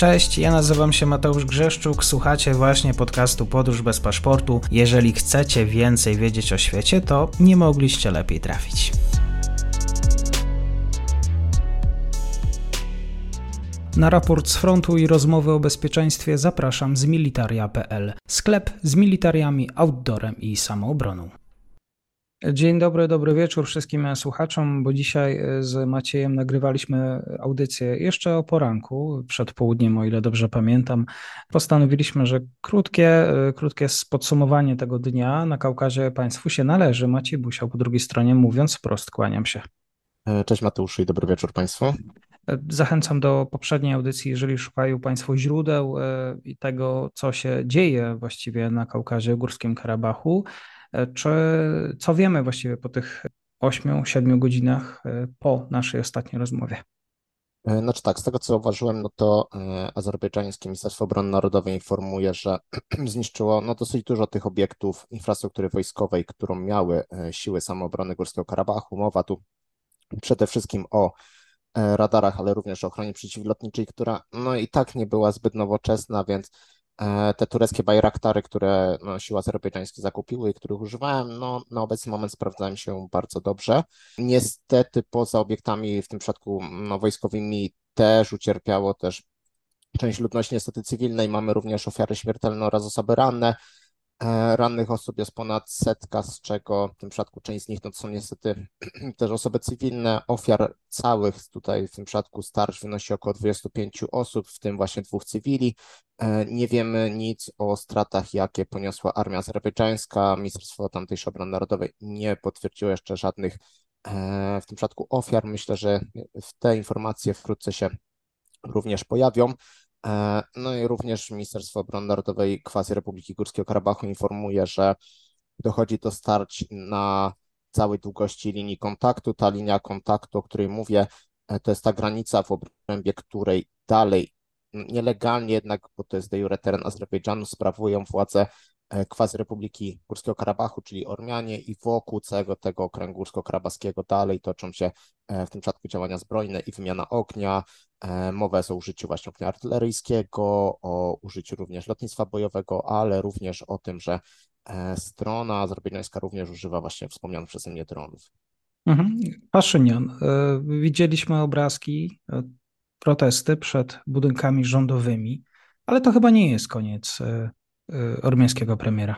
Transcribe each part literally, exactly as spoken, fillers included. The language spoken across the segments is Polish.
Cześć, ja nazywam się Mateusz Grzeszczuk, słuchacie właśnie podcastu Podróż bez paszportu. Jeżeli chcecie więcej wiedzieć o świecie, to nie mogliście lepiej trafić. Na raport z frontu i rozmowy o bezpieczeństwie zapraszam z militaria kropka pe el, sklep z militariami, outdoorem i samoobroną. Dzień dobry, dobry wieczór wszystkim słuchaczom, bo dzisiaj z Maciejem nagrywaliśmy audycję jeszcze o poranku, przed południem, o ile dobrze pamiętam. Postanowiliśmy, że krótkie, krótkie podsumowanie tego dnia na Kaukazie Państwu się należy. Maciej Busiał po drugiej stronie, mówiąc wprost, kłaniam się. Cześć Mateuszu i dobry wieczór Państwu. Zachęcam do poprzedniej audycji, jeżeli szukają Państwo źródeł i tego, co się dzieje właściwie na Kaukazie, Górskim Karabachu. Czy co wiemy właściwie po tych ośmiu, siedmiu godzinach po naszej ostatniej rozmowie? Znaczy tak, z tego co zauważyłem, no to azerbejdżańskie Ministerstwo Obrony Narodowej informuje, że zniszczyło no dosyć dużo tych obiektów infrastruktury wojskowej, którą miały siły samoobrony Górskiego Karabachu. Mowa tu przede wszystkim o radarach, ale również o ochronie przeciwlotniczej, która no i tak nie była zbyt nowoczesna, więc te tureckie bajraktary, które no, siły azerbejdżańskie zakupiły i których używałem, no, na obecny moment sprawdzają się bardzo dobrze. Niestety poza obiektami, w tym przypadku no, wojskowymi, też ucierpiało też część ludności niestety cywilnej. Mamy również ofiary śmiertelne oraz osoby ranne. Rannych osób jest ponad setka, z czego w tym przypadku część z nich no to są niestety też osoby cywilne. Ofiar całych tutaj w tym przypadku starć wynosi około dwadzieścia pięć osób, w tym właśnie dwóch cywili. Nie wiemy nic o stratach, jakie poniosła armia azerbejdżańska. Ministerstwo tamtejszej Obrony Narodowej nie potwierdziło jeszcze żadnych w tym przypadku ofiar. Myślę, że te informacje wkrótce się również pojawią. No i również Ministerstwo Obrony Narodowej Quasi Republiki Górskiego Karabachu informuje, że dochodzi do starć na całej długości linii kontaktu. Ta linia kontaktu, o której mówię, to jest ta granica, w obrębie której dalej, nielegalnie jednak, bo to jest de jure teren Azerbejdżanu, sprawują władzę Quasi Republiki Górskiego Karabachu, czyli Ormianie, i wokół całego tego okręgu górsko-karabaskiego dalej toczą się w tym przypadku działania zbrojne i wymiana ognia. Mowa jest o użyciu właśnie ognia artyleryjskiego, o użyciu również lotnictwa bojowego, ale również o tym, że strona azerbejdżańska również używa właśnie wspomnianych przeze mnie dronów. Mhm. Paszynian, widzieliśmy obrazki, protesty przed budynkami rządowymi, ale to chyba nie jest koniec ormiańskiego premiera.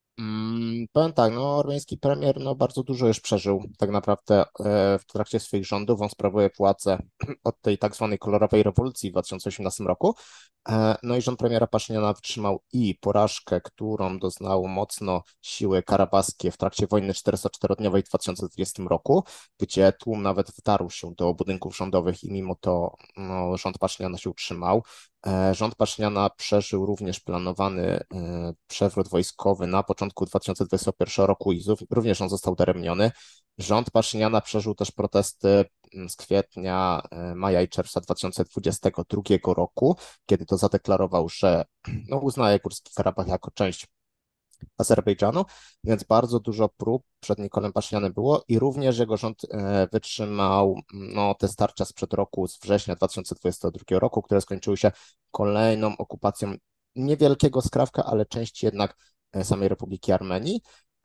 Hmm, powiem tak, no ormiański premier no, bardzo dużo już przeżył tak naprawdę e, w trakcie swoich rządów. On sprawuje władzę od tej tak zwanej kolorowej rewolucji w dwa tysiące osiemnastym roku. E, no i rząd premiera Paszyniana wytrzymał i porażkę, którą doznały mocno siły karabaskie w trakcie wojny czterystoczterodniowej w dwa tysiące dwudziestym roku, gdzie tłum nawet wdarł się do budynków rządowych i mimo to no, rząd Paszyniana się utrzymał. Rząd Paszyniana przeżył również planowany przewrót wojskowy na początku dwa tysiące dwudziestego pierwszego roku i również on został daremniony. Rząd Paszyniana przeżył też protesty z kwietnia, maja i czerwca dwa tysiące dwudziestego drugiego roku, kiedy to zadeklarował, że no, uznaje Górski Karabach jako część Azerbejdżanu, więc bardzo dużo prób przed Nikolem Paszynianem było i również jego rząd wytrzymał no, te starcia sprzed roku, z września dwa tysiące dwudziestego drugiego roku, które skończyły się kolejną okupacją niewielkiego skrawka, ale części jednak samej Republiki Armenii.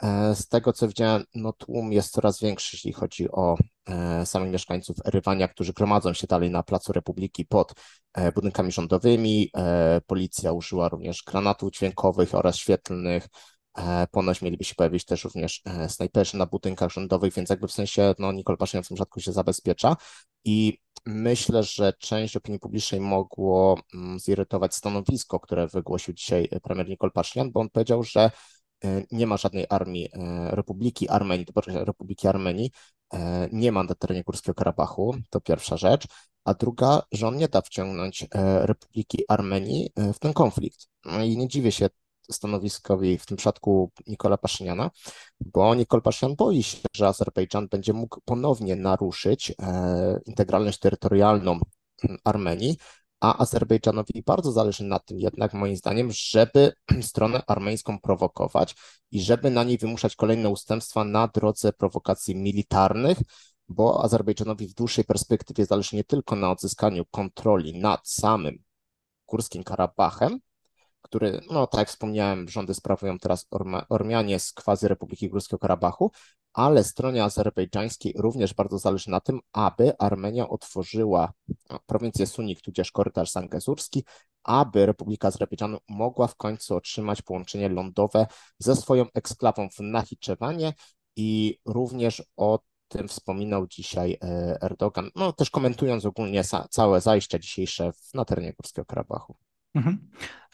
Z tego co widziałem, no tłum jest coraz większy, jeśli chodzi o samych mieszkańców Erywania, którzy gromadzą się dalej na Placu Republiki pod budynkami rządowymi. Policja użyła również granatów dźwiękowych oraz świetlnych. Ponoć mieliby się pojawić też również snajperzy na budynkach rządowych, więc jakby w sensie no Nikol Paszynian w tym przypadku się zabezpiecza i myślę, że część opinii publicznej mogło zirytować stanowisko, które wygłosił dzisiaj premier Nikol Paszynian, bo on powiedział, że nie ma żadnej armii Republiki Armenii, to Republiki Armenii nie ma na terenie Górskiego Karabachu, to pierwsza rzecz, a druga, że on nie da wciągnąć Republiki Armenii w ten konflikt. No i nie dziwię się stanowiskowi w tym przypadku Nikola Paszyniana, bo Nikol Paszynian boi się, że Azerbejdżan będzie mógł ponownie naruszyć integralność terytorialną Armenii, a Azerbejdżanowi bardzo zależy na tym jednak moim zdaniem, żeby stronę armeńską prowokować i żeby na niej wymuszać kolejne ustępstwa na drodze prowokacji militarnych, bo Azerbejdżanowi w dłuższej perspektywie zależy nie tylko na odzyskaniu kontroli nad samym Górskim Karabachem, który, no tak jak wspomniałem, rządy sprawują teraz Orma, Ormianie z quasi-Republiki Górskiego Karabachu, ale stronie azerbejdżańskiej również bardzo zależy na tym, aby Armenia otworzyła no, prowincję Sunik, tudzież korytarz zangezurski, aby Republika Azerbejdżanu mogła w końcu otrzymać połączenie lądowe ze swoją eksklawą w Nachiczewanie i również o tym wspominał dzisiaj e, Erdogan, no też komentując ogólnie całe zajścia dzisiejsze na terenie Górskiego Karabachu. Mhm.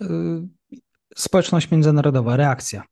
Y, Społeczność międzynarodowa, reakcja.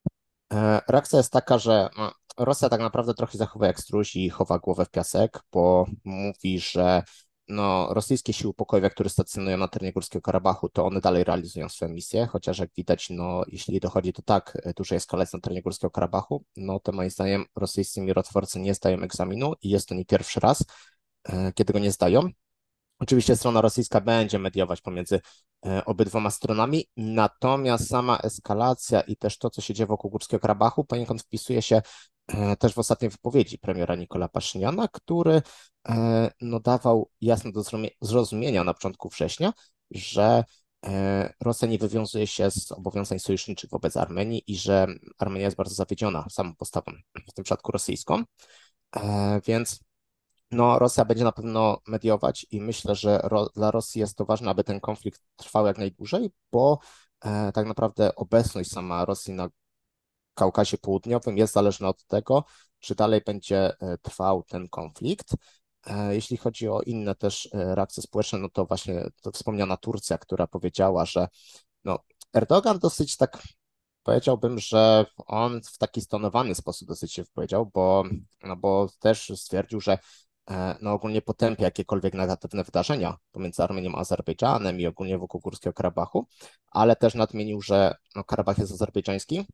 E, Reakcja jest taka, że no, Rosja tak naprawdę trochę zachowuje jak struś i chowa głowę w piasek, bo mówi, że no, rosyjskie siły pokojowe, które stacjonują na terenie Górskiego Karabachu, to one dalej realizują swoje misje, chociaż jak widać, no, jeśli dochodzi do tak dużej eskalacji na terenie Górskiego Karabachu, no to moim zdaniem rosyjscy mirotworcy nie zdają egzaminu i jest to nie pierwszy raz, e, kiedy go nie zdają. Oczywiście strona rosyjska będzie mediować pomiędzy e, obydwoma stronami, natomiast sama eskalacja i też to, co się dzieje wokół Górskiego Karabachu, poniekąd wpisuje się e, też w ostatniej wypowiedzi premiera Nikola Paszyniana, który e, no, dawał jasno do zrozumie- zrozumienia na początku września, że e, Rosja nie wywiązuje się z zobowiązań sojuszniczych wobec Armenii i że Armenia jest bardzo zawiedziona samą postawą, w tym przypadku rosyjską. E, Więc no, Rosja będzie na pewno mediować i myślę, że ro, dla Rosji jest to ważne, aby ten konflikt trwał jak najdłużej, bo e, tak naprawdę obecność sama Rosji na Kaukazie Południowym jest zależna od tego, czy dalej będzie e, trwał ten konflikt. E, jeśli chodzi o inne też e, reakcje społeczne, no to właśnie to wspomniana Turcja, która powiedziała, że no, Erdogan dosyć tak powiedziałbym, że on w taki stonowany sposób dosyć się wypowiedział, bo, no bo też stwierdził, że e, no ogólnie potępia jakiekolwiek negatywne wydarzenia pomiędzy Armenią a Azerbejdżanem i ogólnie wokół Górskiego Karabachu, ale też nadmienił, że no, Karabach jest azerbejdżański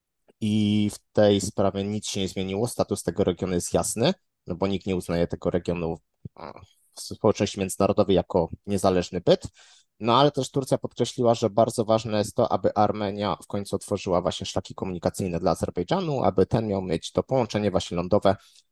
i w tej sprawie nic się nie zmieniło. Status tego regionu jest jasny, no bo nikt nie uznaje tego regionu e, w społeczności międzynarodowej jako niezależny byt. No ale też Turcja podkreśliła, że bardzo ważne jest to, aby Armenia w końcu otworzyła właśnie szlaki komunikacyjne dla Azerbejdżanu, aby ten miał mieć to połączenie właśnie lądowe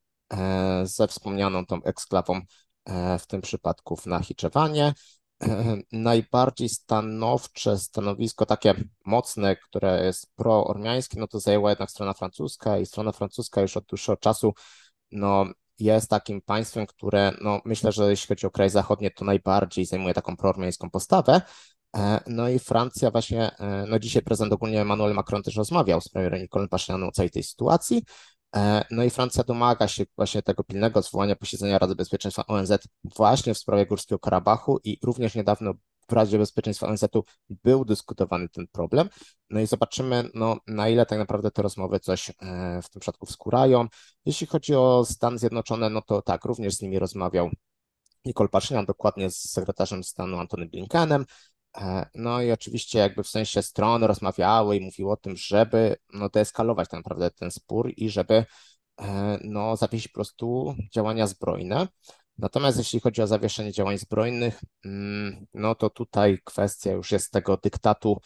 e, ze wspomnianą tą eksklawą, e, w tym przypadku w Nachiczewanie. E, Najbardziej stanowcze stanowisko, takie mocne, które jest proormiańskie, no to zajęła jednak strona francuska i strona francuska już od dłuższego czasu no, jest takim państwem, które no, myślę, że jeśli chodzi o kraje zachodnie, to najbardziej zajmuje taką proormiańską postawę. E, No i Francja właśnie, e, no dzisiaj prezydent ogólnie Emmanuel Macron też rozmawiał z premierem Nicolas Pashinyanem o całej tej sytuacji. E, No i Francja domaga się właśnie tego pilnego zwołania posiedzenia Rady Bezpieczeństwa O N Z właśnie w sprawie Górskiego Karabachu i również niedawno w Radzie Bezpieczeństwa O N Z-u był dyskutowany ten problem. No i zobaczymy, no, na ile tak naprawdę te rozmowy coś e, w tym przypadku wskórają. Jeśli chodzi o Stany Zjednoczone, no to tak, również z nimi rozmawiał Nicole Pashinyan, dokładnie z sekretarzem stanu Antony Blinkenem. E, No i oczywiście jakby w sensie strony rozmawiały i mówiły o tym, żeby no, deeskalować tak naprawdę ten spór i żeby e, no, zawiesić po prostu działania zbrojne. Natomiast jeśli chodzi o zawieszenie działań zbrojnych, mm, no to tutaj kwestia już jest tego dyktatu,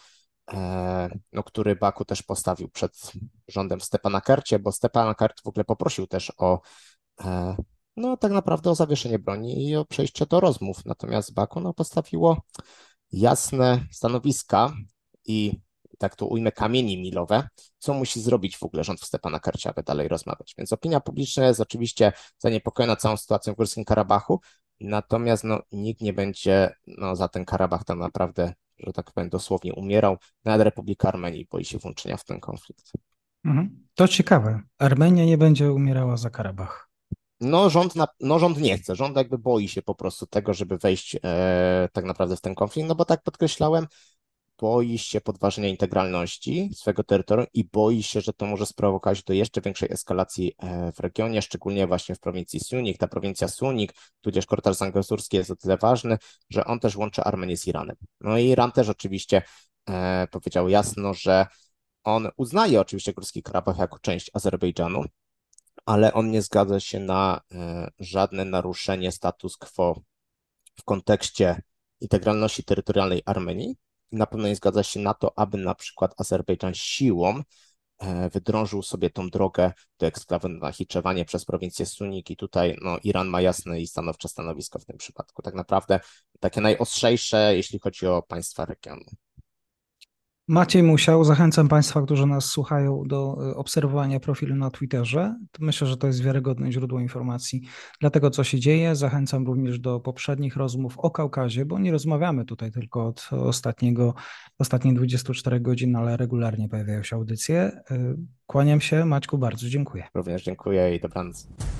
e, no, który Baku też postawił przed rządem Stepana Kercie, bo Stepan Kert w ogóle poprosił też o e, no tak naprawdę o zawieszenie broni i o przejście do rozmów. Natomiast Baku no, postawiło jasne stanowiska i tak to ujmę kamienie milowe, co musi zrobić w ogóle rząd Stepana Kercia, aby dalej rozmawiać. Więc opinia publiczna jest oczywiście zaniepokojona całą sytuacją w Górskim Karabachu, natomiast no, nikt nie będzie no, za ten Karabach tak naprawdę, że tak powiem, dosłownie umierał. Nawet Republika Armenii boi się włączenia w ten konflikt. Mhm. To ciekawe. Armenia nie będzie umierała za Karabach. No rząd, na, no rząd nie chce, rząd jakby boi się po prostu tego, żeby wejść e, tak naprawdę w ten konflikt, no bo tak podkreślałem, boi się podważenia integralności swego terytorium i boi się, że to może sprowokować do jeszcze większej eskalacji e, w regionie, szczególnie właśnie w prowincji Sunik. Ta prowincja Sunik, tudzież korytarz zangezurski jest o tyle ważny, że on też łączy Armenię z Iranem. No i Iran też oczywiście e, powiedział jasno, że on uznaje oczywiście Górski Karabach jako część Azerbejdżanu, ale on nie zgadza się na e, żadne naruszenie status quo w kontekście integralności terytorialnej Armenii. I na pewno nie zgadza się na to, aby na przykład Azerbejdżan siłą e, wydrążył sobie tą drogę do eksklawy na Nachiczewanie przez prowincję Sunik i tutaj no, Iran ma jasne i stanowcze stanowisko w tym przypadku. Tak naprawdę takie najostrzejsze, jeśli chodzi o państwa regionu. Maciej Musiał, zachęcam Państwa, którzy nas słuchają, do y, obserwowania profilu na Twitterze. Myślę, że to jest wiarygodne źródło informacji dla tego, co się dzieje. Zachęcam również do poprzednich rozmów o Kaukazie, bo nie rozmawiamy tutaj tylko od ostatniego, ostatnich dwudziestu czterech godzin, ale regularnie pojawiają się audycje. Y, Kłaniam się, Maćku, bardzo dziękuję. Również dziękuję i dobranoc.